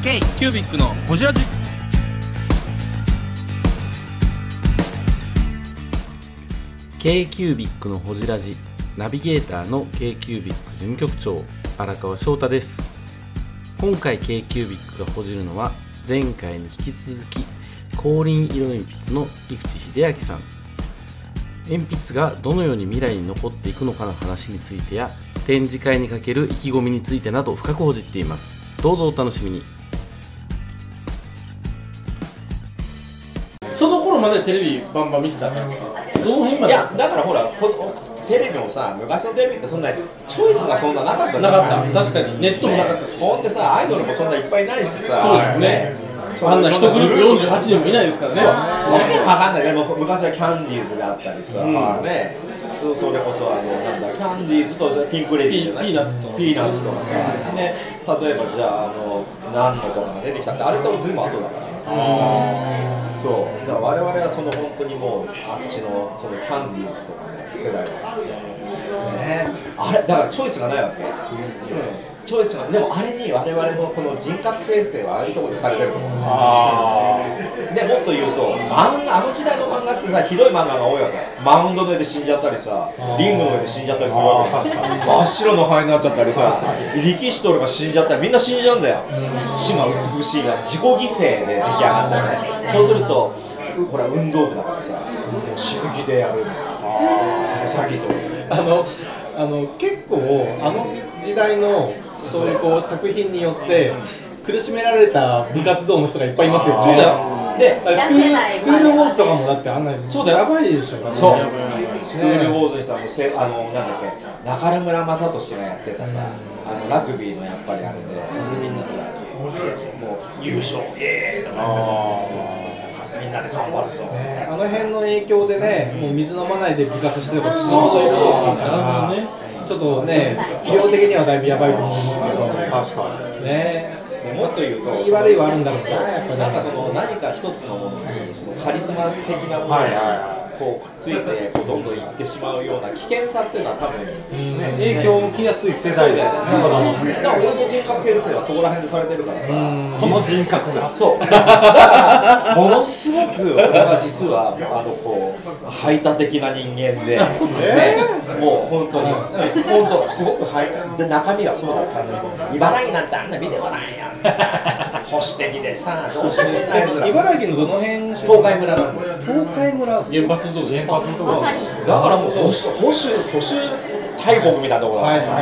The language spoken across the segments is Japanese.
K キュービックのホジラジ。 K キュービックのホジラジ、ナビゲーターの K キュービック事務局長荒川翔太です。今回 K キュービックがほじるのは前回に引き続き光輪色鉛筆の井口秀明さん。鉛筆がどのように未来に残っていくのかの話についてや展示会にかける意気込みについてなど深くほじっています。どうぞお楽しみに。 その頃までテレビバンバン見てたんですか？どの辺まで？ いやだからほらテレビもさ、昔のテレビってそんなチョイスがそんななかったなかった。確かにネットもなかったし、 ほんでさ、アイドルもそんないっぱいないしさ。 そうですね。あんな一グループ48人もいないですからね。 わけわかんない。でも昔はキャンディーズがあったりさ、ね、それこそなんだキャンディーズとピンクレディー、 ピーナッツとかさ、ね、例えばじゃあ何のとかが出てきたって、あれとずいぶん後だから。そうだから我々はその本当にもうあっちのそのキャンディーズとかね世代だね。あれだからチョイスがないわけ。チョイスがでもあれに我々のこの人格形成はああいうところでされてると思う。でもっと言うとあの時代の漫画ってさ、ひどい漫画が多いわけ。マウンドの上で死んじゃったりさ、リングの上で死んじゃったりするわけ。真っ白の灰になっちゃったりさ、力士とか死んじゃったり、みんな死んじゃうんだよ。死が美しいが自己犠牲で出来上がったよね。そうするとほら運動部だからさ、死ぬ気でやる。詐欺と結構あの時代のそういうこう作品によって苦しめられた部活動の人がいっぱいいますよね。 そうだよ。でスクールウォーズとかもだってあんなにそうだよ、 やばいでしょ。 そうスクールウォーズにしたらもうなんだっけ、中村雅俊がやってたさ、ラグビーのやっぱりあれで、みんなさもう優勝イエーイとかみんなで頑張るさ、 あの辺の影響でね、もう水飲まないで部活してたからそうからちょっとね、医療的にはだいぶやばいと思いますけど、 確かにね。 もっと言うと、 いい悪いはあるんだろうな、やっぱなんか何か一つのものにそのカリスマ的なものがこうくっついてこうどんどんいってしまうような危険さっていうのは多分影響を受けやすい世代だよね。 だから俺の人格形成はそこら辺でされてるからさ、 この人格がそうだからものすごく俺は実はこう排他的な人間で、もう本当にすごくで中身はそうだったんだけど、茨城なんてあんなビデオなんや保守的でさ、どうしようもないぐらい。 茨城のどの辺？ 東海村なんです。 東海村。 原発のとこですか？ だからもう保守大国みたいなところだからさ、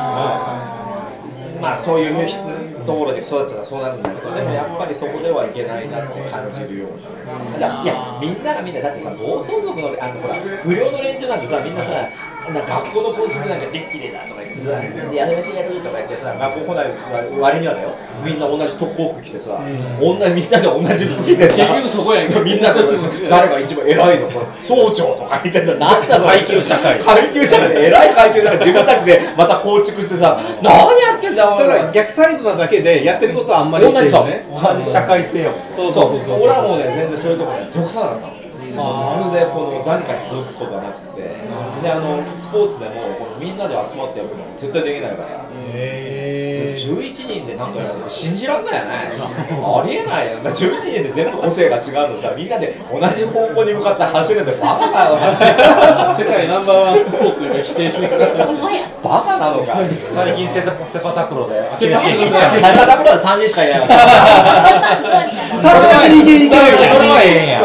まあそういうところで育っちゃったらそうなるんだけど、でもやっぱりそこではいけないなって感じるような。いやみんながみんなだってさ、暴走族のほら不良の連中なんてさ、みんなさ学校の校則なんかでっきりだとか言ってさ、やめてやるとか言ってさ、学校来ない割にはだよ、みんな同じ特攻服着てさ、みんなで同じ服着てさ、 結局そこやんけ。 みんなで誰が一番偉いの、これ総長とか言ってんだ。なんだ階級社会で偉い階級社会自分たちでまた構築してさ、何やってんだお前。 ただ逆サイドなだけでやってることはあんまりしてるよね。 社会性よ。 そう俺はもうね全然そういうところに属さなかったの。まるでこの何かに属すことはなくて、でスポーツでもこのみんなで集まってやるのは絶対できないから。11人でなんかやるって信じらんないよね。ありえないよ。11人で全部個性が違うのさ、みんなで同じ方向に向かって走るんでバカかよ。 世界ナンバーワンスポーツが否定しにかかってますよ。 バカなのか。 最近セパタクロでセパタクロで3人しかいないわけ。 3人いける。 それはええんや。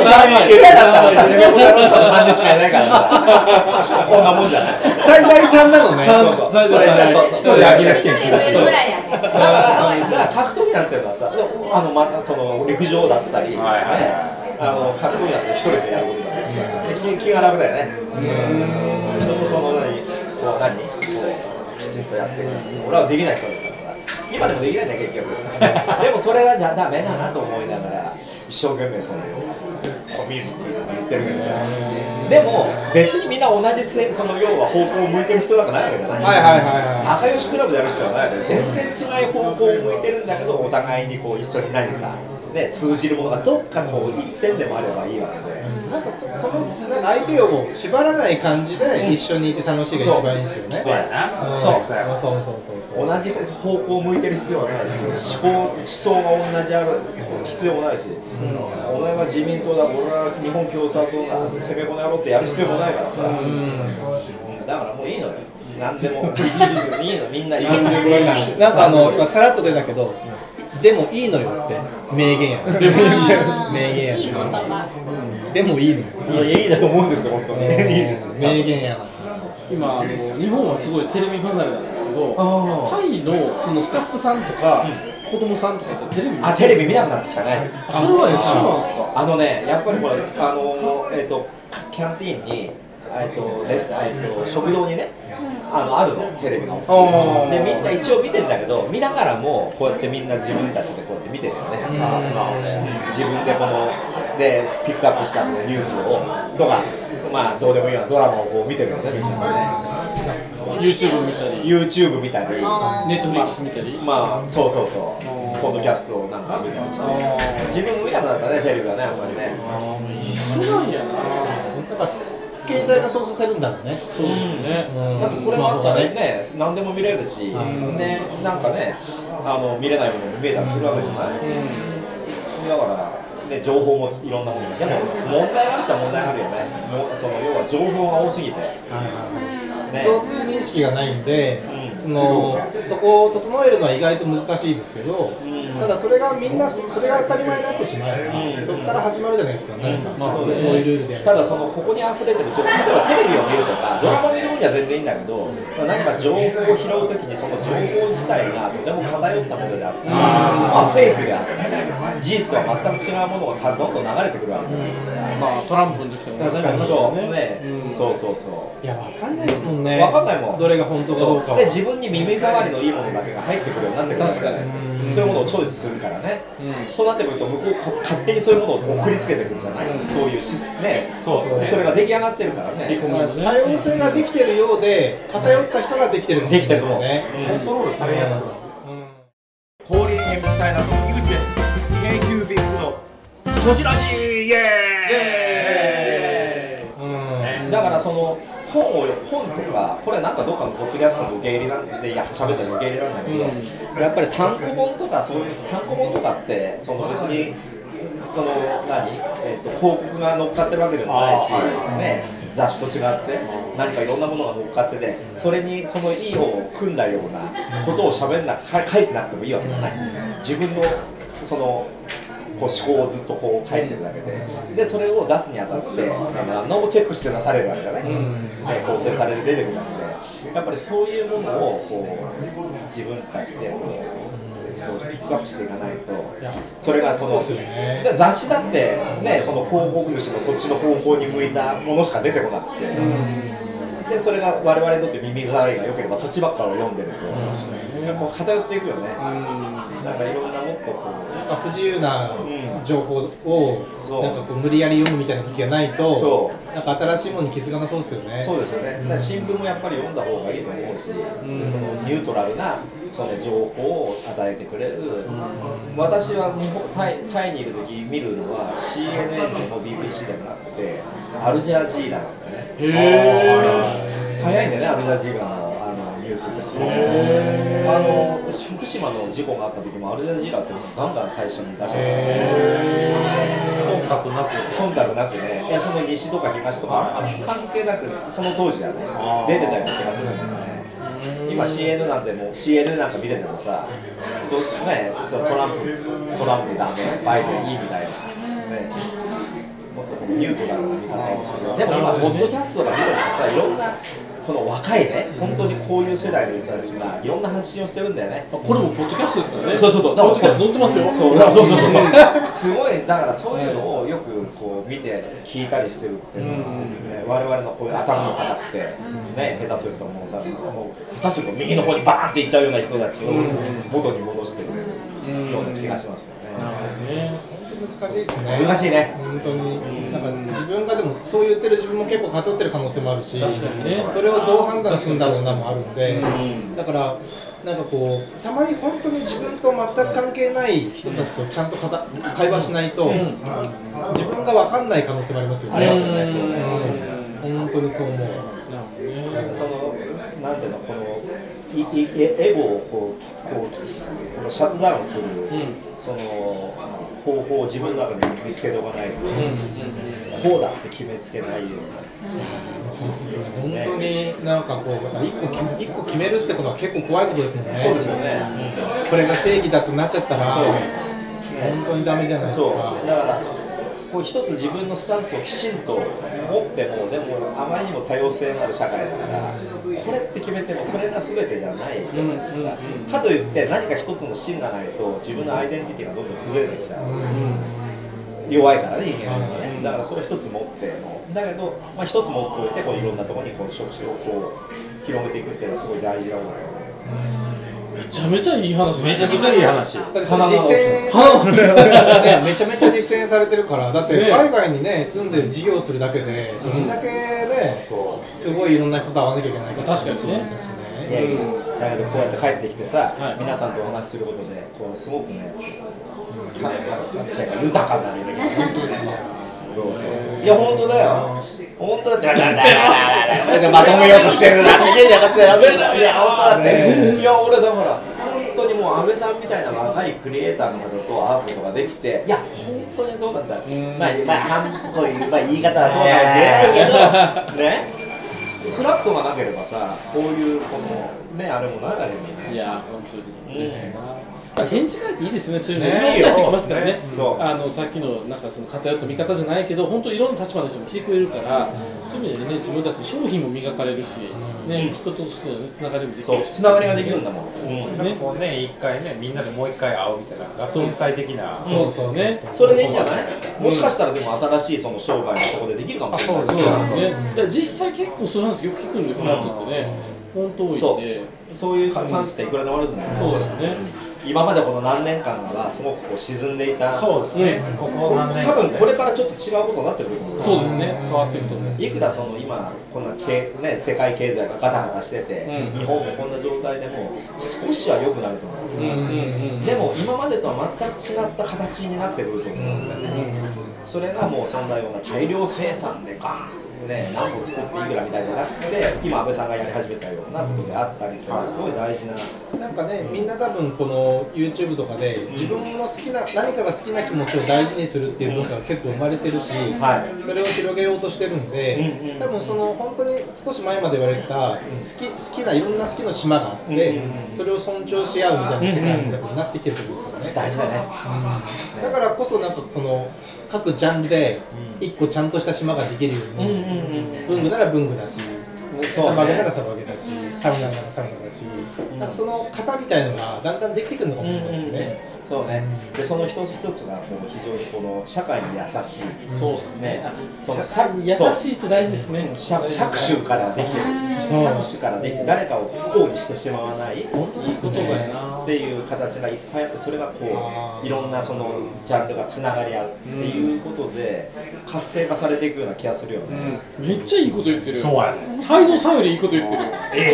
3人しかいないからこんなもんじゃない。 最大3なのね。 最大一人でアキレス腱切らしてる。 だから格闘技なんていうのはさ、その陸上だったり、格闘技なんて一人でやることだからさ、気が楽だよね。人とそのきちんとやってる。俺はできない人だからさ、今でもできないんだ結局。でもそれはじゃダメだなと思いながら一生懸命そのコミュニティとか言ってるけどさ、でも別にみんな同じその要は方向を向いてる必要なんかないわけじゃない。仲良しクラブでやる必要はないわけで、全然違う方向を向いてるんだけど、お互いにこう一緒に何かね通じるものがどっかこう一点でもあればいいわけで、 なんかそのなんか相手を縛らない感じで一緒にいて楽しいが一番いいんですよね。 そうやな。 そう同じ方向を向いてる必要はないし、思想が同じある必要もないし、お前は自民党だ、俺は日本共産党だ、てめえこの野郎ってやる必要もないからさ、だからもういいのよ、なんでもいいの、みんないいの。 なんか今さらっと出たけど、でもいいのよって名言や。名言や。 いい言葉。 でもいいのよ。 いいだと思うんですよ、本当に。いいですよ。 名言やな。 今日本はすごいテレビ離れなんですけど、 あタイのそのスタッフさんとか子供さんとかってテレビ見てる？ テレビ見なくなってきたね。 それは一緒なんですか？ やっぱりこれキャンティーンに食堂にね、あるのテレビが。でみんな一応見てんだけど、見ながらもこうやってみんな自分たちでこうやって見てるよね。自分ででピックアップしたニュースをとか、まあどうでもいいようなドラマをこう見てるよね、みんなね。 YouTube 見たり、 YouTube 見たり、 Netflix 見たり、 まあそうポッドキャストをなんか見たりして、自分も見なくなったね、テレビはね、あんまりね。 一緒なんやな。 なんか携帯が操作されるんだろうね。 そうですよね。 だってこれだったらね、何でも見れるし、でなんかね、見れないものも見えたりするわけじゃない。だからね、情報もいろんなものが、でも問題があるっちゃ問題があるよね。要は情報が多すぎて。 共通認識がないんで、そこを整えるのは意外と難しいですけど、ただそれがみんなそれが当たり前になってしまえば、そこから始まるじゃないですか、何かこういうルールで。 ただここに溢れてる情報、例えばテレビを見るとかドラマを見る分には全然いいんだけど、何か情報を拾うときにその情報自体がとても偏ったものであって、フェイクであって、事実とは全く違うものがどんどん流れてくるわけじゃないですか。 トランプの時とかも確かにそういや、わかんないですもんね。 わかんないもん。 どれが本当かどうかは。 で自分に耳障りのいいものだけが入ってくるようになってくるからね。そういうものをチョイスするからね。そうなってくると向こう勝手にそういうものを送りつけてくるじゃない。そういうそれが出来上がってるからね。 多様性ができてるようで偏った人ができてるかもしれないですね。 コントロールされやすくなる。 ホーリーゲームスタイナーの井口です。k q b i c のこちらじイエーイ。だから本とか、これなんかどっかのポッドキャストの受け入れなんで、喋ってる受け入れなんだけど、やっぱり単行本とかそういう単行本とかって別に広告が乗っかってるわけでもないし、ね、雑誌と違って何かいろんなものが乗っかってて、それにその意を組んだようなことを書いてなくてもいいわけじゃない。自分の思考をずっと書いてるだけで、それを出すにあたって何もチェックしてなされるわけだね。構成されて出てくるわけで、やっぱりそういうものを自分たちでピックアップしていかないと、それが雑誌だってね、その広告主のそっちの方向に向いたものしか出てこなくて、でそれが我々にとって耳障りが良ければそっちばっかりを読んでると偏っていくよね。なんかいろんなもっと不自由な情報をなんか無理やり読むみたいな時がないと、なんか新しいものに気づかなそうですよね。 そうですよね。だから新聞もやっぱり読んだ方がいいと思うし、ニュートラルな情報を与えてくれる。私はタイにいる時見るのは CNN でも BBC でもなくてアルジャジーラなんだね。早いんだよね、アルジャジーラのニュースってすごい。福島の事故があった時もアルジャジーラってガンガン最初に出して忖度なくね、その西とか東とか関係なくその当時はね出てたような気がするんだよね。今 CNN なんてもう CNN なんか見ててもさ、トランプダメ、バイデンいいみたいな、もっとニュートラルな見方をする。でも今ポッドキャストが見てるとさ、いろんなこの若いね、本当にこういう世代の人たちがいろんな発信をしてるんだよね。 これもポッドキャストですからね。 そう。 ポッドキャスト載ってますよ。 そう。すごい、だからそういうのをよく見て聞いたりしてるっていうのは、我々のこういう頭も硬くて、ね、下手するともう下手すると右の方にバーンっていっちゃうような人たちを元に戻してるような気がしますよね。 なるほどね。 難しいですね。 難しいね。 本当になんか自分がでもそう言ってる自分も結構偏ってる可能性もあるし、 確かにねそれをどう判断するんだろうなもあるんで、 んだからなんかこうたまに本当に自分と全く関係ない人たちとちゃんと会話しないと、自分が分かんない可能性もありますよね。 ありますよね。そうね。 本当にそう思う。 なんかそのなんていうのこのエゴをこのシャットダウンする、その方法を自分の中で見つけておかないと、こうだって決めつけないような。 そうですね。本当になんかこう一個決めるってことは結構怖いことですもんね。 そうですよね。 これが正義だとなっちゃったらそう本当にダメじゃないですそうか。 だからこう一つ自分のスタンスをきちんと持ってもでもあまりにも多様性のある社会だからこれって決めてもそれが全てじゃないじゃないですか。かといって何か一つの芯がないと自分のアイデンティティがどんどん崩れてきちゃう。弱いからね人間はね。だからそれを一つ持ってもだけどまあ一つ持っておいてこういろんなところにこう職種をこう広げていくっていうのはすごい大事なことだよね。 めちゃめちゃいい話。 めちゃくちゃいい話。 だってその実践されてるね、めちゃめちゃ実践されてるからだって海外にね住んで事業するだけでどんだけね、すごいいろんな人と会わなきゃいけないか確かにね。 いやいやだけどこうやって帰ってきてさ、皆さんとお話しすることでこうすごくね感性が豊かになるよね。本当ですね。いや本当だよ。本当だってまとめようとしてるな。家じゃなくてやめるな。いや本当だって。いや俺だから本当にもう安倍さんみたいな若いクリエイターの方と会うことができていや本当にそうだった。まあ言い方はそうかもしれないけどね。フラットがなければさこういうこのねあれもなかればね。 いや本当に嬉しいな。展示会っていいですね、そういうのねいろんな人来ますからね、 そうさっきのなんかその偏った見方じゃないけど、本当いろんな立場の人も来てくれるから、そういう意味でね、自分たち商品も磨かれるし、ね、人としてのね、つながりもできるし、 つながりができるんだもん。 なんかこうね、一回ね、みんなでもう一回会うみたいな、学園祭的な。 そうですよね。 それでいいんじゃない？もしかしたらでも新しいその商売のところでできるかもしれない。 そうですね。実際結構そういう話よく聞くんで、フラットってね、本当多いんで。 そういうチャンスっていくらでもあるんだよね。 そうですね。 今までこの何年間かはすごくこう沈んでいた。 そうですね。ここ何年多分これからちょっと違うことになってくると思う。 そうですね。変わっていくと思う。 いくらその今こんなね世界経済がガタガタしてて、日本もこんな状態でも少しは良くなると思う。でも今までとは全く違った形になってくると思うんだよね。それがもうそんなような大量生産でガーンね、何本作っていくらみたいじゃなくて今安倍さんがやり始めたようなことであったりとかすごい大事ななんかねみんな多分この YouTube とかで自分の好きな何かが好きな気持ちを大事にするっていう文化が結構生まれてるし、それを広げようとしてるんで、多分その本当に少し前まで言われた好きないろんな好きの島があってそれを尊重し合うみたいな世界になってきてると思うんですよね。 大事だね。 だからこそなんかその各ジャンルで一個ちゃんとした島ができるように文具なら文具だし、サバゲならサバゲだし、サウナならサウナだし、なんかその型みたいのがだんだんできてくるのかもしれないですね。 そうね。でその一つ一つがこう非常にこの社会に優しい。 そうですね。 その優しいって大事ですね。 搾取からできる。搾取からできる。誰かを不幸にしてしまわない。 本当ですね。 っていう形がいっぱいあってそれがこういろんなそのジャンルがつながり合うっていうことで活性化されていくような気がするよね。 めっちゃいいこと言ってる。 そうやね。 太蔵さんよりいいこと言ってる。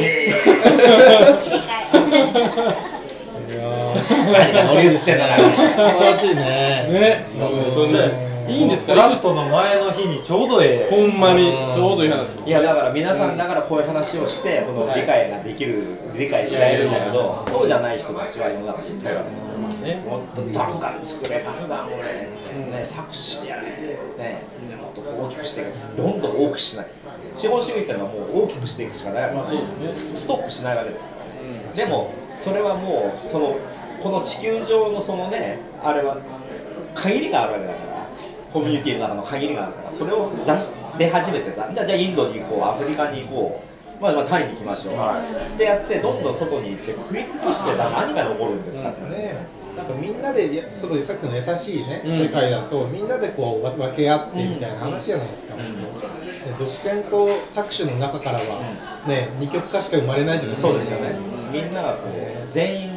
何か乗り移ってんだから。 素晴らしいね。 ね。いいんですか？ ラットの前の日にちょうどほんまにちょうどいい話です。 いやだから皆さんだからこういう話をしてこの理解ができる理解し合えるんだけどそうじゃない人たちは世の中にいっぱいいるわけですよ。もっとガンガン作れガンガン俺ね搾取してやれねもっと大きくしてどんどん多くしない。資本主義っていうのはもう大きくしていくしかないわけですね。ストップしないわけですからね。でもそれはもうそのこの地球上のそのねあれは限りがあるわけだから。コミュニティの中の限りがあるからそれを出始めてた。じゃあインドに行こうアフリカに行こう、まあタイに行きましょう、でやってどんどん外に行って食い尽くしてたら何が残るんですかね。 なんかみんなで外でさっきの優しいね、世界だとみんなでこう分け合ってみたいな話じゃないですか。独占と搾取の中からはね二極化しか生まれないじゃないですか。 そうですよね。みんながこう全員が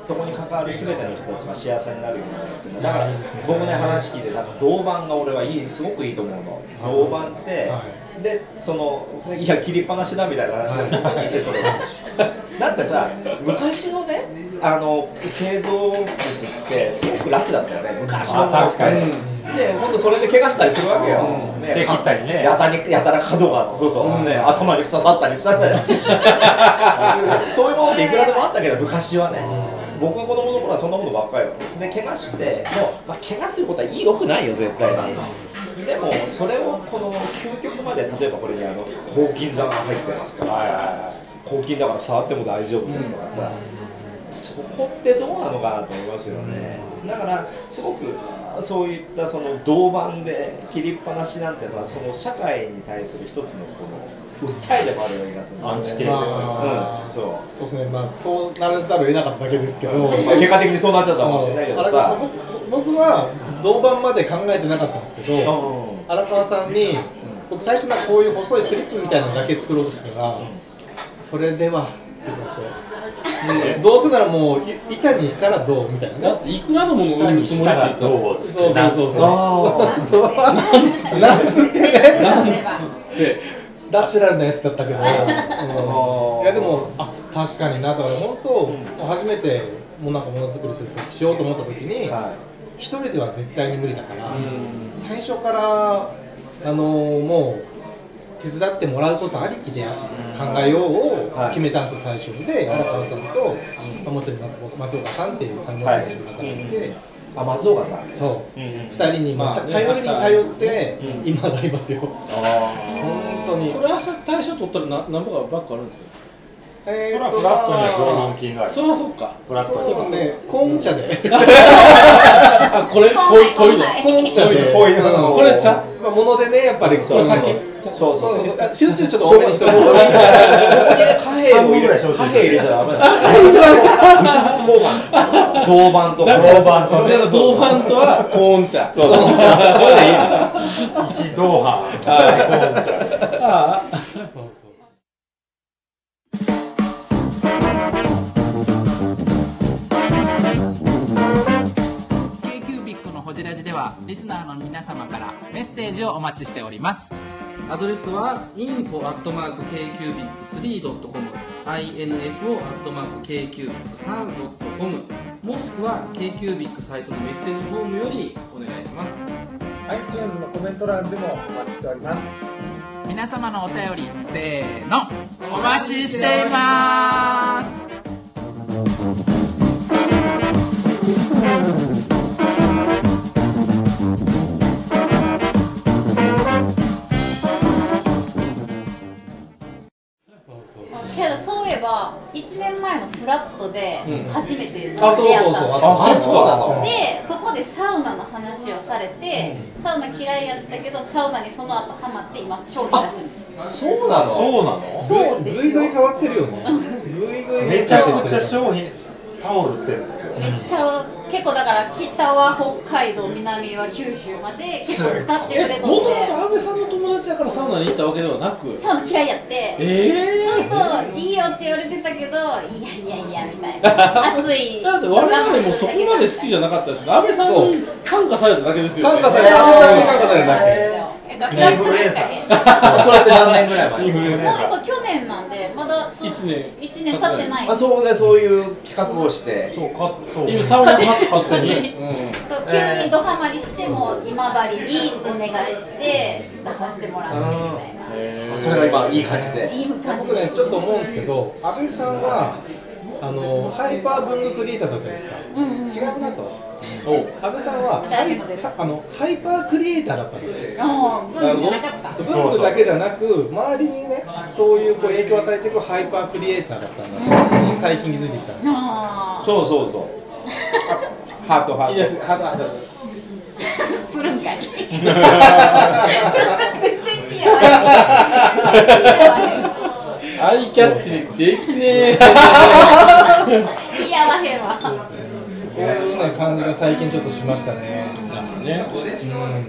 そこに関わる全ての人たちが幸せになるようになるっていうのだから僕ね話聞いてなんか銅板が俺はいいすごくいいと思うの。銅板って、でそのいや切りっぱなしだみたいな話で聞いてそれだってさ昔のね製造物ってすごく楽だったよね昔の確かに。 で今度それで怪我したりするわけよ。 で切ったりね。 やたら角がね頭に刺さったりしたんだよ。そういうものっていくらでもあったけど昔はね。僕が子供の頃はそんなものばっかりよ。で怪我してもう怪我することは良くないよ絶対に。でもそれをこの究極まで例えばこれに抗菌座が入ってますとか、抗菌だから触っても大丈夫ですとかさ、そこってどうなのかなと思いますよね。だからすごくそういったその銅板で切りっぱなしなんていうのはその社会に対する一つのこの訴えでもあるような気がする。 アンチテーゼ。 そうですね。まあそうならざるを得なかっただけですけど、 結果的にそうなっちゃったかもしれないけどさ。 僕は銅板まで考えてなかったんですけど、荒川さんに僕最初こういう細いクリップみたいなのだけ作ろうとしたら、それではって言って、どうせならもう板にしたらどうみたいなね。 だっていくらのものを売るつもりって言ったらそうなんつってね。 なんつってナチュラルなやつだったけど、いやでも確かにな。だから本当初めてもうなんかものづくりしようと思った時に、一人では絶対に無理だから、最初からもう手伝ってもらうことありきで考えようを決めたんですよ最初で。荒川さんと元に松岡さんっていう看護師の方がいて。 松岡さん。 そう。2人に頼りに頼って今がありますよ。本当に。 これ明日大賞取ったら何本かバッグあるんですよ。 それはフラットには増満金がある。 それはそっか。 フラットに。 そうですね。コーン茶で。 これ濃いの。 コーン茶で。 これ茶。 まあ物でねやっぱりお酒。 そう集中ちょっと多めにしてもらう。 貨幣入れちゃダメだ。銅板と銅板とはコーン茶。 それでいい。 一銅板。コーン茶。 ホジラジではリスナーの皆様からメッセージをお待ちしております。 アドレスは info@kcubic3.com info@kcubic3.com もしくは KQBIC サイトのメッセージフォームよりお願いします。 iTunes のコメント欄でもお待ちしております。 皆様のお便りせーのお待ちしています。 けどそういえば1年前のフラットで初めて出会ったんですよ。でそこでサウナの話をされて、サウナ嫌いやったけどサウナにその後ハマって今商品出してるんですよ。 そうなの？ そうですよ。 ぐいぐい変わってるよね。 めちゃくちゃ商品タオル売ってるんですよ。 めっちゃ結構だから北は北海道、南は九州まで結構使ってくれたので。 もともと安倍さんの友達だからサウナに行ったわけではなく、 サウナ嫌いやって、ずっといいよって言われてたけど、いやみたいな暑い。 だって我々もそこまで好きじゃなかったし、安倍さんに感化されただけですよね。 安倍さんに感化されただけ。 インフルエンサー。それって何年ぐらい前？ インフルエンサー。 そう去年なんでまだ1年経ってない。 そうでそういう企画をして、 今サウナ勝手に。 そう急にドハマりしても今治にお願いして出させてもらってみたいな。 それが今いい感じで。 僕ねちょっと思うんですけど、安倍さんはハイパー文具クリエイターだったじゃないですか。違うなと。安倍さんはハイパークリエイターだったんだって。 文具じゃなかった。 文具だけじゃなく周りにねそういう影響を与えていくハイパークリエイターだったんだって最近気づいてきたんですよ。 そうハートいいです。ハートするんかい。 アイキャッチできねえ。 いやわへんわ。 そういうような感じが最近ちょっとしましたね。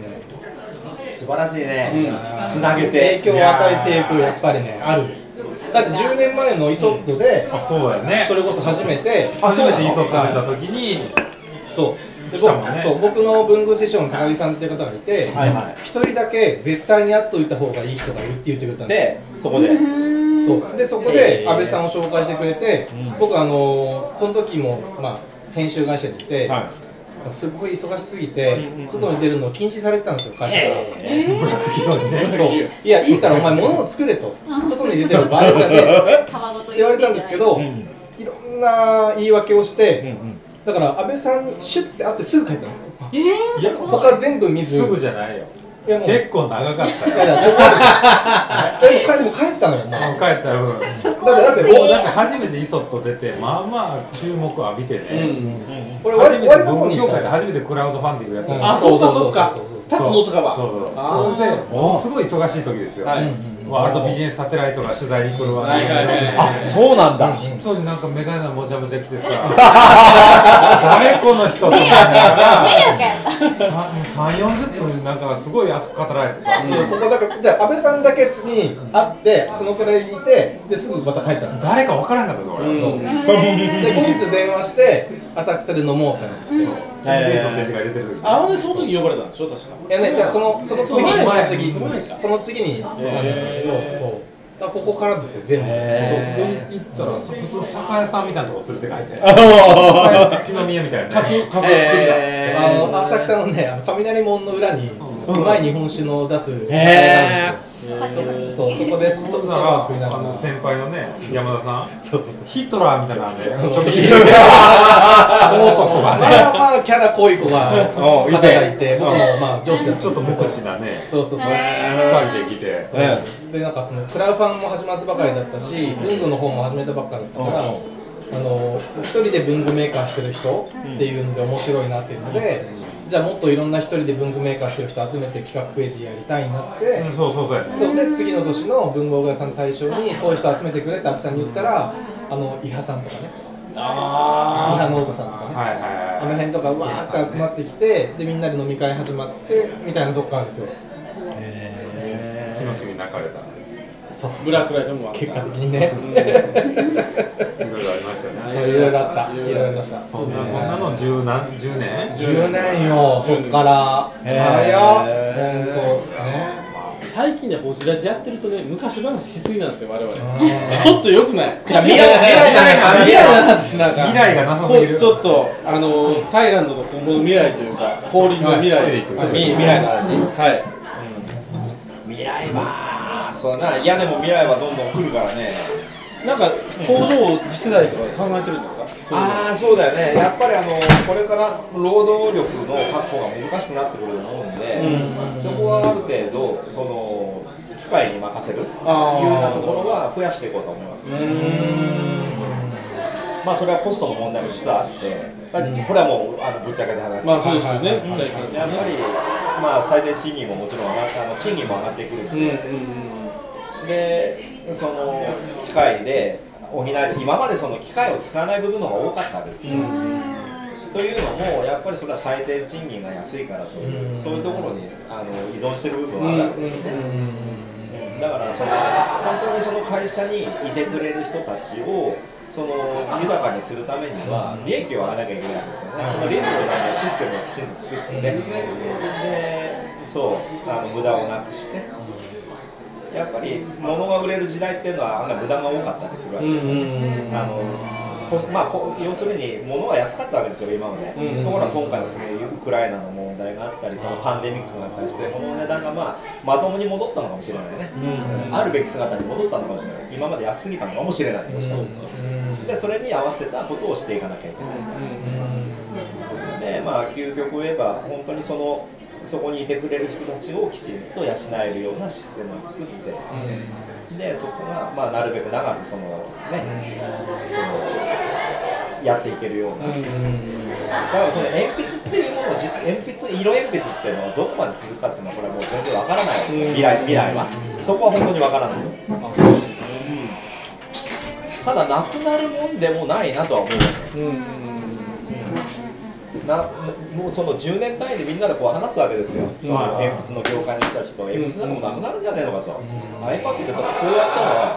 素晴らしいね。つなげて影響を与えていくやっぱりねある。 だって10年前のイソットで、 そうだよね。 それこそ初めてイソット出た時にで僕の文具師匠の高木さんっていう方がいて、一人だけ絶対に会っといた方がいい人がいるって言ってくれたんですよ。そこで安倍さんを紹介してくれて、僕その時も編集会社にいて、すごい忙しすぎて外に出るのを禁止されてたんですよ、会社から。ブラック企業にね。そう、いやいいからお前物を作れと、外に出てる場合じゃねえって言われたんですけど、いろんな言い訳をして、だから安倍さんにシュッて会ってすぐ帰ったんですよ。いや他全部見ず。 すぐじゃないよ。結構長かったよ。 でも帰ったのよ。 帰ったよ。だって初めてイソット出て、まあまあ注目を浴びてね。これ初めて文具業界で初めてクラウドファンディングやった。 あ、そうかそうか。立つのとかは。 それでもうすごい忙しい時ですよ。ワールドビジネスサテライトが取材に来るわね。 あ、そうなんだ。 本当になんかメガネのもちゃもちゃ着てさ、誰この人と思いながら3、40分なんかすごい熱く語られてた。 ここだからじゃあ安倍さんだけに会ってそのくらいにいてですぐまた帰ったの。 誰か分からんかったぞ俺。 で後日電話して浅草で飲もうって話して。 でその展示会出てる時。 その時呼ばれたんでしょ確か。 いやね、じゃあその次にそうここからですよ全部。 行ったら普通酒屋さんみたいなとこ連れて帰って。立ち飲み屋みたいな。 浅草のね雷門の裏にうまい日本酒の出す酒屋があるんですよ。そうそこです。そこは先輩のね山田さん。ヒットラーみたいなんで。ちょっと男がね。 まあキャラ濃い子が方がいて、僕も上司だったんですけど。 ちょっと無口なね。 そう。 2人で来て。 でなんかそのクラウファンも始まったばかりだったし、文具の方も始めたばっかりだったから。一人で文具メーカーしてる人っていうので面白いなっていうので、じゃあもっといろんな一人で文具メーカーしてる人集めて企画ページやりたいなって、で次の年の文房具屋さん対象にそういう人集めてくれってアップさんに言ったら、伊波さんとかね、伊波ノートさんとかね、あの辺とかわーって集まってきて、でみんなで飲み会始まってみたいなとこからですよ。 気の君泣かれた。 ブラックライトも結果的にね。 いろいろありましたよね。 いろいろあった。いろいろありました。 そんなこんなの10年 ？10年よ。そっから早っ。 最近ね、ホジラジやってるとね、昔話しすぎなんですよ、我々。ちょっと良くない。 未来の話しながら。 未来がなさすぎる。 ちょっとタイランドの今後の未来というか、降臨の未来。 未来の話。 はい。 未来はそうだな。いやでも未来はどんどん来るからね。 なんか工場を次世代とか考えてるんですか？ そうだよね。やっぱりこれから労働力の確保が難しくなってくると思うんで、そこはある程度その機械に任せるいうようなところは増やしていこうと思います。まあそれはコストの問題も実はあって、これはもうぶっちゃけた話。 まあそうですよね。 やっぱり最低賃金ももちろん賃金も上がってくるんで。その機械で補える、今までその機械を使わない部分の方が多かったわけですよ。というのもやっぱりそれは最低賃金が安いからという、そういうところに依存している部分はあるわけですよね。だから本当にその会社にいてくれる人たちを豊かにするためには利益を上げなきゃいけないんですよね。その利益を上げるシステムをきちんと作って、で無駄をなくして。やっぱり物が売れる時代っていうのは無駄が多かったりするわけですよね。要するに物が安かったわけですよ今まで。ところが今回のそのウクライナの問題があったり、そのパンデミックがあったりして、物の値段がまともに戻ったのかもしれないね。あるべき姿に戻ったのかもしれない。今まで安すぎたのかもしれない。でそれに合わせたことをしていかなきゃいけない。で究極を言えば本当にそこにいてくれる人たちをきちんと養えるようなシステムを作って、でそこがなるべく長くやっていけるような。だからその鉛筆っていうものを色鉛筆っていうのはどこまで続くかっていうのはこれはもう全然わからない。未来はそこは本当にわからない。ただなくなるもんでもないなとは思う。もうその10年単位でみんなで話すわけですよ。鉛筆の業界の人たちと鉛筆なんかもなくなるんじゃねえのかと。iPad ってこうやったら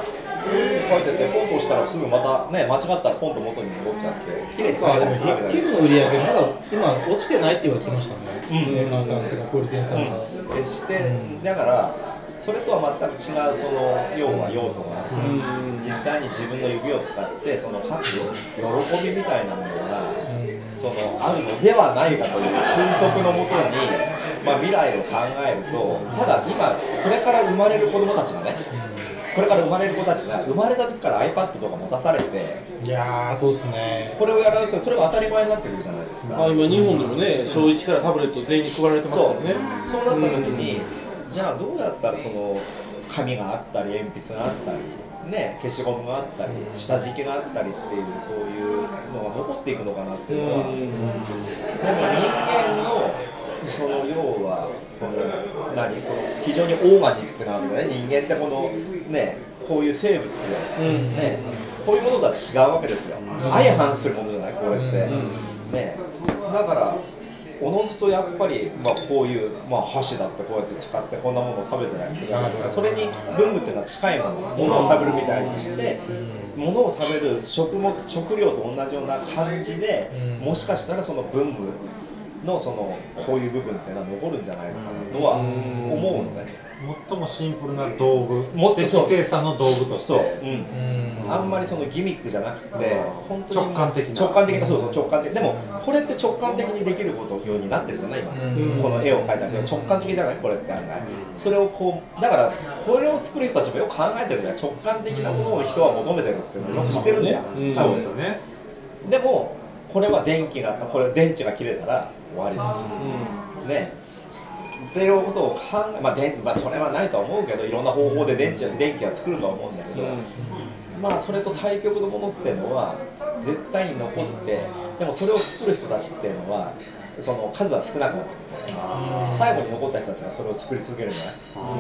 書いててポンと押したらすぐまたね間違ったらポンと元に戻っちゃって綺麗に書いてますね。 寄付の売り上げまだ今落ちてないって言われてましたね。メーカーさんとか小売店さんが。 決してだからそれとは全く違うその要は用途があって、実際に自分の指を使ってその書く喜びみたいなものがそのあるのではないかという推測のもとに、未来を考えると、ただ今これから生まれる子どもたちがね、これから生まれる子たちが生まれた時から iPad とか持たされて、 いやーそうですね。 これをやられてそれが当たり前になってくるじゃないですか。 今日本でもね小1からタブレット全員に配られてますからね。 そうなった時に、じゃあどうやったらその紙があったり鉛筆があったりね、消しゴムがあったり下敷きがあったりっていうそういうのが残っていくのかなっていうのは、でも人間のその要はこの非常にオーガニックなわけでね、人間ってこのねこういう生物でね、こういうものとは違うわけですよ。相反するものじゃないこれってね。だからおのずとやっぱり、こういう、箸だってこうやって使ってこんなものを食べてたりするわけだから、それに文具っていうのは近いものを食べるみたいにして、ものを食べる食料と同じような感じで、もしかしたらその文具のそのこういう部分っていうのは残るんじゃないのかなとは思うのね。 最もシンプルな道具、知的生産の道具として、あんまりそのギミックじゃなくて、本当に直感的な、そう直感的。でもこれって直感的にできることようになってるじゃない今。この絵を描いた人直感的じゃないこれって案外。それをこうだからこれを作る人たちもよく考えてるんだよ。直感的なものを人は求めてるっていうのをよくしてるんだよ。 そうですよね。 でもこれは電池が切れたら終わりだと。ね。っていうことをそれはないとは思うけど、いろんな方法で電気は作るとは思うんだけど、それと対極のものっていうのは絶対に残って、でもそれを作る人たちっていうのはその数は少なくなってくる。最後に残った人たちがそれを作り続けるんじゃない？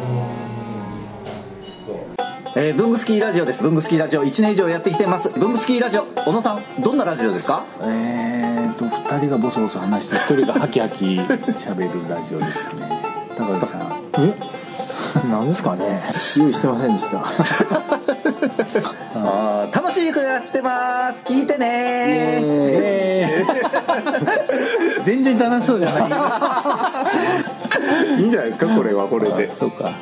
そう。 ブングスキーラジオです。ブングスキーラジオ1年以上やってきてます。ブングスキーラジオ、小野さんどんなラジオですか 2人がボソボソ話して1人がハキハキ喋るラジオですね。高木さん、何ですかね、用意してませんでした楽しくやってます、聞いてね全然楽しそうじゃないいいんじゃないですか、これはこれで。そうか。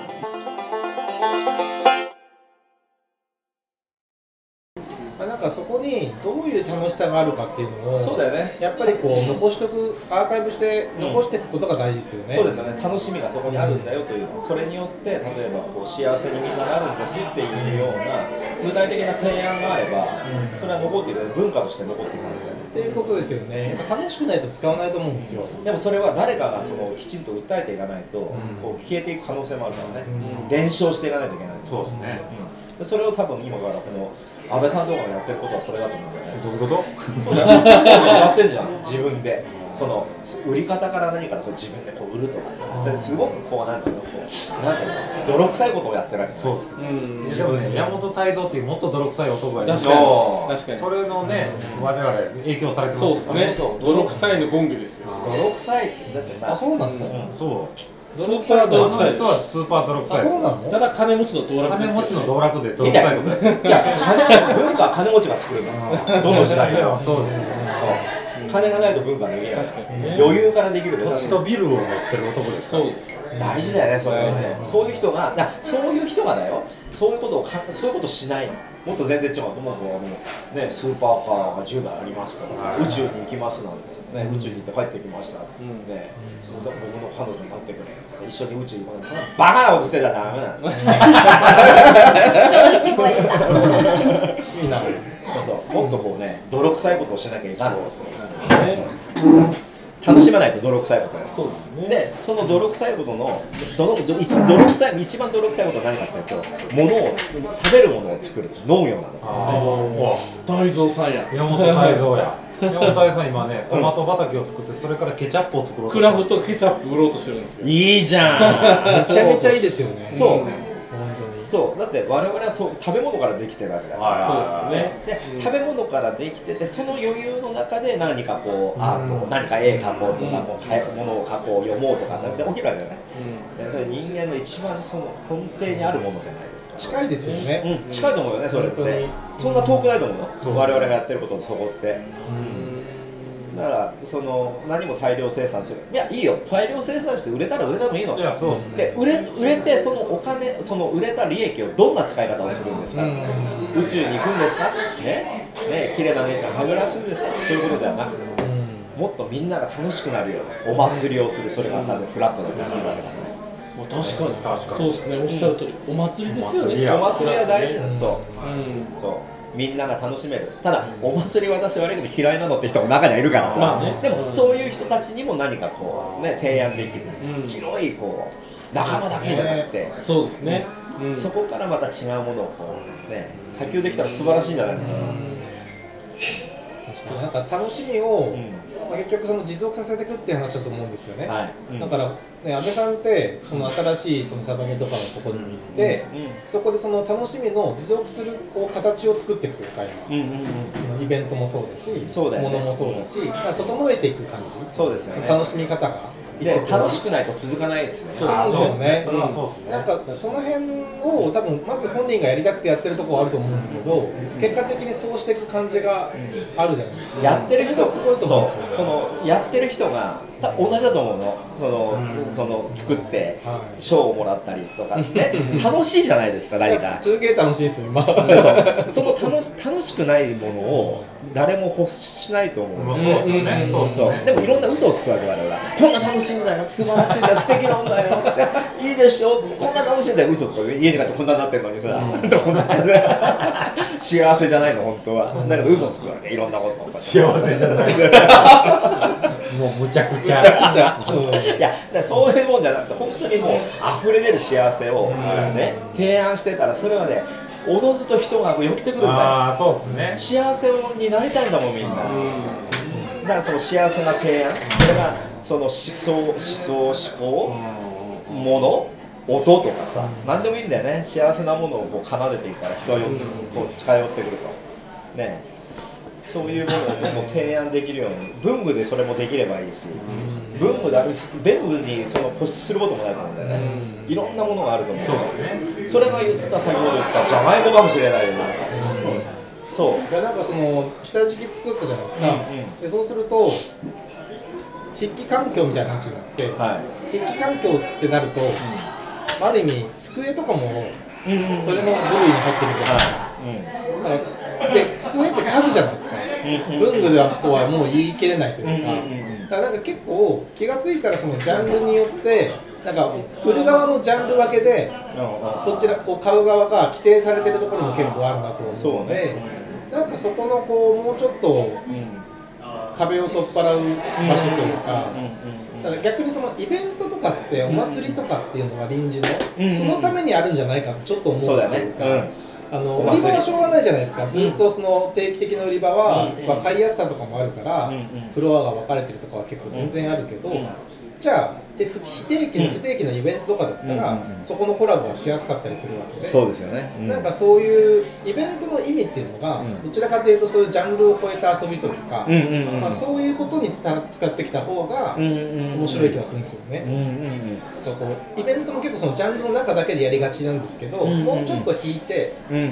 なんかそこにどういう楽しさがあるかっていうのを、 そうだよね。 やっぱりこう残しておく、アーカイブして残していくことが大事ですよね。 そうですよね。楽しみがそこにあるんだよというの、それによって例えばこう幸せにみんななるんですっていうような具体的な提案があれば、それは残っている、文化として残っていくんですよね。 っていうことですよね。やっぱ楽しくないと使わないと思うんですよ。 でもそれは誰かがそのきちんと訴えていかないと、こう消えていく可能性もあるからね。伝承していかないといけない。 そうですね。 それを多分今からこの安倍さんとかがやってることはそれだと思うんだよね。 どういうこと？ そうだよ。やってんじゃん。自分でその売り方から何からそれ自分でこう売るとかさ、それすごくこうなんていうの、泥臭いことをやってるわけ。 そうです。でもね、山本泰造っていうもっと泥臭い男がいる。 確かに。 それのね、我々影響されてます。 そうですね。泥臭いのゴングですよ。 泥臭いだってさ。 あ、そうなの？ そう。 泥臭い泥臭い。 スーパー泥臭い。 そうなの？ ただ金持ちの道楽。 金持ちの道楽で泥臭いこと。 じゃあ文化は金持ちが作るの。どの時代も。 そうですね。 金がないと文化できない。 確かにね。 余裕からできる。 土地とビルを持ってる男です。 そうです。 大事だよね、それはね。そういう人がだよ。そういうことをしない。もっと全然違う。もうね、スーパーカーが10台ありますとかさ、宇宙に行きますなんてね、宇宙に行って帰ってきましたってね、僕の彼女になってくれ。一緒に宇宙に行かない。バカなことしてたらダメなんだ。いいな。そう、もっとこうね、泥臭いことをしなきゃいけない。楽しまないと泥臭いことです。そうですね。で、その泥臭いことの一番泥臭いことは何かというと、食べるものを作る農業なの。 泰造さんや。 山本泰造や。山本泰造さん今ね、トマト畑を作ってそれからケチャップを作ろうとしてる。 クラフトケチャップ売ろうとしてるんですよ。 いいじゃん。 めちゃめちゃいいですよね。 そう。そうだって我々はそう食べ物からできてるわけだから。 そうですよね。 で食べ物からできてて、その余裕の中で何かこうアート、何か絵描こうとか、物を描こう、読もうとかなんて起きるわけだよね。それ人間の一番その根底にあるものじゃないですか。 近いですよね、 近いと思うよね、それってね。そんな遠くないと思うの、我々がやってることとそこって。だから何も大量生産する、いやいいよ、大量生産して売れたら売れたもいいの。 いやそうですね。 で売れてそのお金、売れた利益をどんな使い方をするんですか、宇宙に行くんですかね、綺麗な姉ちゃんはぐらすんですか、そういうことではなくて、もっとみんなが楽しくなるようなお祭りをする、それが多分フラットだったりするわけだね。 確かにそうですね、おっしゃる通り、お祭りですよね。 お祭りは大事なの。そうみんなが楽しめる。ただお祭り私悪いけど嫌いなのって人も中にはいるから、でもそういう人たちにも何か提案できる、広い仲間だけじゃなくて、 そうですね、 そこからまた違うものを波及できたら素晴らしいんじゃないかな。 なんか楽しみを、結局持続させていくっていう話だと思うんですよね。だからね、安倍さんって新しいサバゲとかのところに行って、そこで楽しみの持続する形を作っていくというか、イベントもそうだし、物もそうだし、整えていく感じ。 そうですよね。 楽しみ方が。 楽しくないと続かないですよね。 そうですね。なんかその辺を多分まず本人がやりたくてやってるところはあると思うんですけど、結果的にそうしていく感じがあるじゃないですか。 やってる人すごいと思うんですよ。 やってる人が同じだと思うの。作って賞をもらったりとかね、楽しいじゃないですか、何か。 中継楽しいですよ今。 その楽しくないものを誰も欲しないと思う。 そうですよね。 でもいろんな嘘をつくわけ我々は。こんな楽しいんだよ、素晴らしいんだよ、素敵なんだよ、いいでしょ、こんな楽しいんだよ、嘘つく。家に帰ってこんなになってるのにさ、幸せじゃないの本当は。だけど嘘つくわけ、いろんなこと。 幸せじゃない。もうむちゃくちゃ。 いや、そういうもんじゃなくて、本当にもう溢れ出る幸せをね提案してたら、それはね、おのずと人が寄ってくるんだよ。 そうですね。 幸せになりたいんだもんみんな。だから幸せな提案、それが思想、思考、もの、音とかさ、何でもいいんだよね。幸せなものを奏でていったら人は近寄ってくるとね。そういうものを提案できるように、文具でそれもできればいいし、文具に固執することもないと思うんだよね。いろんなものがあると思う。それが先ほど言ったじゃがいもかもしれないよね。 そうなんか下敷き作ったじゃないですか。でそうすると筆記環境みたいな話になって、筆記環境ってなると、ある意味机とかもそれの部類に入ってるじゃないですか。で机って家具じゃないですか。文具ではとはもう言い切れないというか、だからなんか結構気がついたらジャンルによってなんか売る側のジャンル分けでこちら買う側が規定されてるところも結構あるなと思うので、なんかそこのもうちょっと壁を取っ払う場所というか、だから逆にイベントとかってお祭りとかっていうのが臨時のそのためにあるんじゃないかとちょっと思うというか。売り場はしょうがないじゃないですか。ずっと定期的な売り場は買いやすさとかもあるから、フロアが分かれてるとかは結構全然あるけど、じゃあ不定期のイベントとかだったら、そこのコラボはしやすかったりするわけで、 そうですよね。 なんかそういうイベントの意味っていうのが、どちらかというとそういうジャンルを超えた遊びというか、そういうことに使ってきた方が面白い気がするんですよね。イベントも結構ジャンルの中だけでやりがちなんですけど、もうちょっと引いて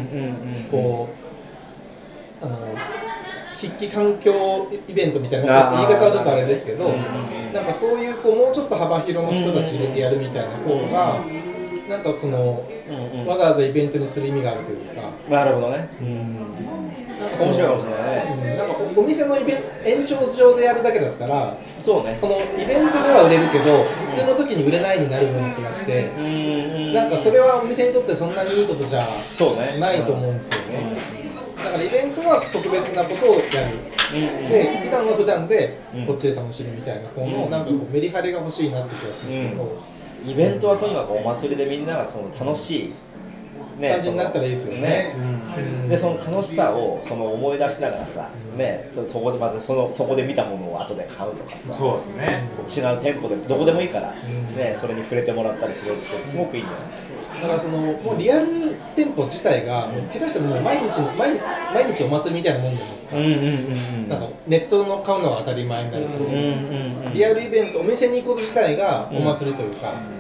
筆記環境イベントみたいな、言い方はちょっとあれですけど、なんかそういうもうちょっと幅広の人たち入れてやるみたいな方が、なんかわざわざイベントにする意味があるというか。 なるほどね。面白いかもしれないね。 なんかお店の延長上でやるだけだったら、 そうね。 イベントでは売れるけど普通の時に売れないになるような気がして、なんかそれはお店にとってそんなにいいことじゃないと思うんですよね。だからイベントは特別なことをやる、で普段は普段でこっちで楽しむみたいな方のなんかメリハリが欲しいなって気がするんですけど、 イベントはとにかくお祭りでみんなが楽しい感じになったらいいですよね。 でその楽しさを思い出しながらさ、そこでまたそこで見たものを後で買うとかさ、 そうですね。 違う店舗でどこでもいいからそれに触れてもらったりするってすごくいいんだよね。 だからもうリアル店舗自体が下手したらもう毎日お祭りみたいなもんじゃないですか。なんかネットの買うのが当たり前になると、リアルイベントお店に行くこと自体がお祭りというか、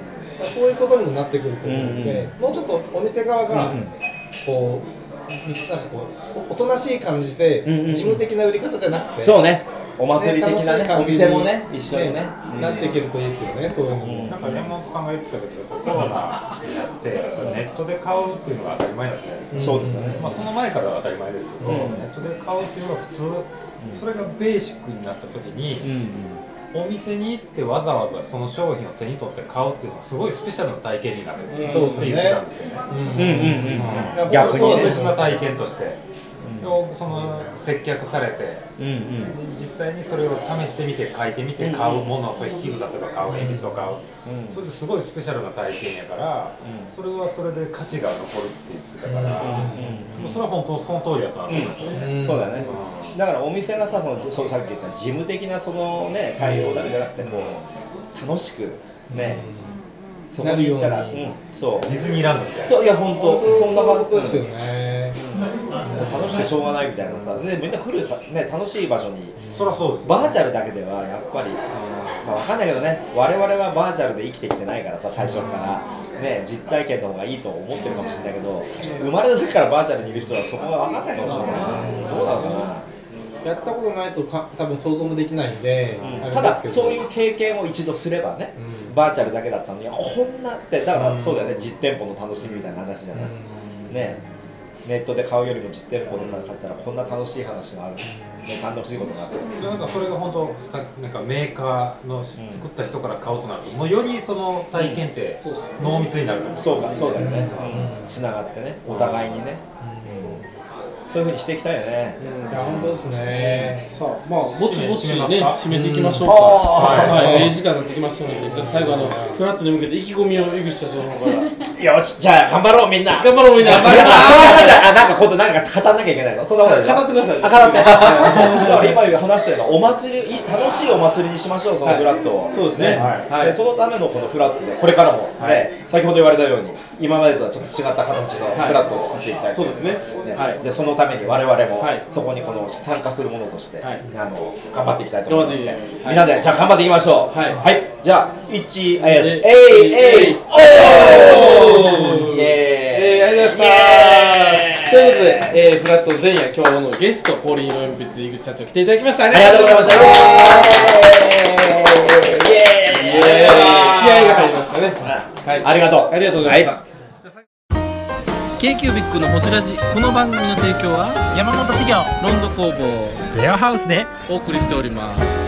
そういうことにもなってくると思うので、もうちょっとお店側がこうなんかこうおとなしい感じで事務的な売り方じゃなくて、 そうね、お祭り的なね、お店もね一緒にねなっていけるといいですよね。そういうのもなんか山本さんが言ってたけど、コロナになってやっぱりネットで買うっていうのが当たり前なんですね。 そうですよね。 まあその前からは当たり前ですけど、ネットで買うっていうのが普通、それがベーシックになった時に、お店に行ってわざわざその商品を手に取って買うっていうのはすごいスペシャルな体験になるって言ってたんですよね。逆に別な体験として。その接客されて、実際にそれを試してみて書いてみて買うもの、そういう引き具だとか買う、鉛筆を買う、それですごいスペシャルな体験やから、それはそれで価値が残るって言ってたから、それは本当その通りだと思いますよね。 そうだね。だからお店がさ、そうさっき言った事務的なそのね対応だけじゃなくて、こう楽しくね。そこに行ったら、そうディズニーランドみたいな。 そう、いや本当そんな感じですよね。 楽しくてしょうがないみたいなさ、でみんな来るね楽しい場所に。 そりゃそうです。 バーチャルだけではやっぱり、まあわかんないけどね、我々はバーチャルで生きてきてないからさ、最初からね実体験の方がいいと思ってるかもしれないけど、生まれた時からバーチャルにいる人はそこがわかんないかもしれない。どうなのかな。 やったことないと多分想像もできないんで、 ただそういう経験を一度すればね、バーチャルだけだったのにこんなってだからそうだよね、実店舗の楽しみみたいな話じゃない、ね、ネットで買うよりも実店舗で買ったらこんな楽しい話がある、楽しいことがある。 なんかそれが本当なんかメーカーの作った人から買うとなると、もうよりその体験って濃密になると思う。 そうだよね、つながってね、お互いにね、そういう風にしていきたいよね。 いや本当ですね。 さあまあぼちぼちね締めていきましょうか。はい、時間になってきましたので、じゃあ最後フラットに向けて意気込みを井口社長の方から。 よし、じゃあ頑張ろうみんな。 頑張ろうみんな。 なんか今度何か語らなきゃいけないの？そんなことない。 語ってください。 語って。だから今話したようなお祭り、楽しいお祭りにしましょう、そのフラットを。 そうですね。 はい。そのためのこのフラットでこれからもね、先ほど言われたように今までとはちょっと違った形のフラットを作っていきたい。 そうですね。 でそのために我々もそこにこの参加するものとして頑張っていきたいと思います。みんなでじゃあ頑張っていきましょう。はい。じゃあ1おー。 ありがとうございました。ということで、フラット前夜今日のゲスト氷色鉛筆井口社長来ていただきました。ありがとうございました。気合が入りましたね。 はい、ありがとう。 ありがとうございました。K-Cubic のホジラジ、この番組の提供は山本修行ロンド工房レアハウスでお送りしております。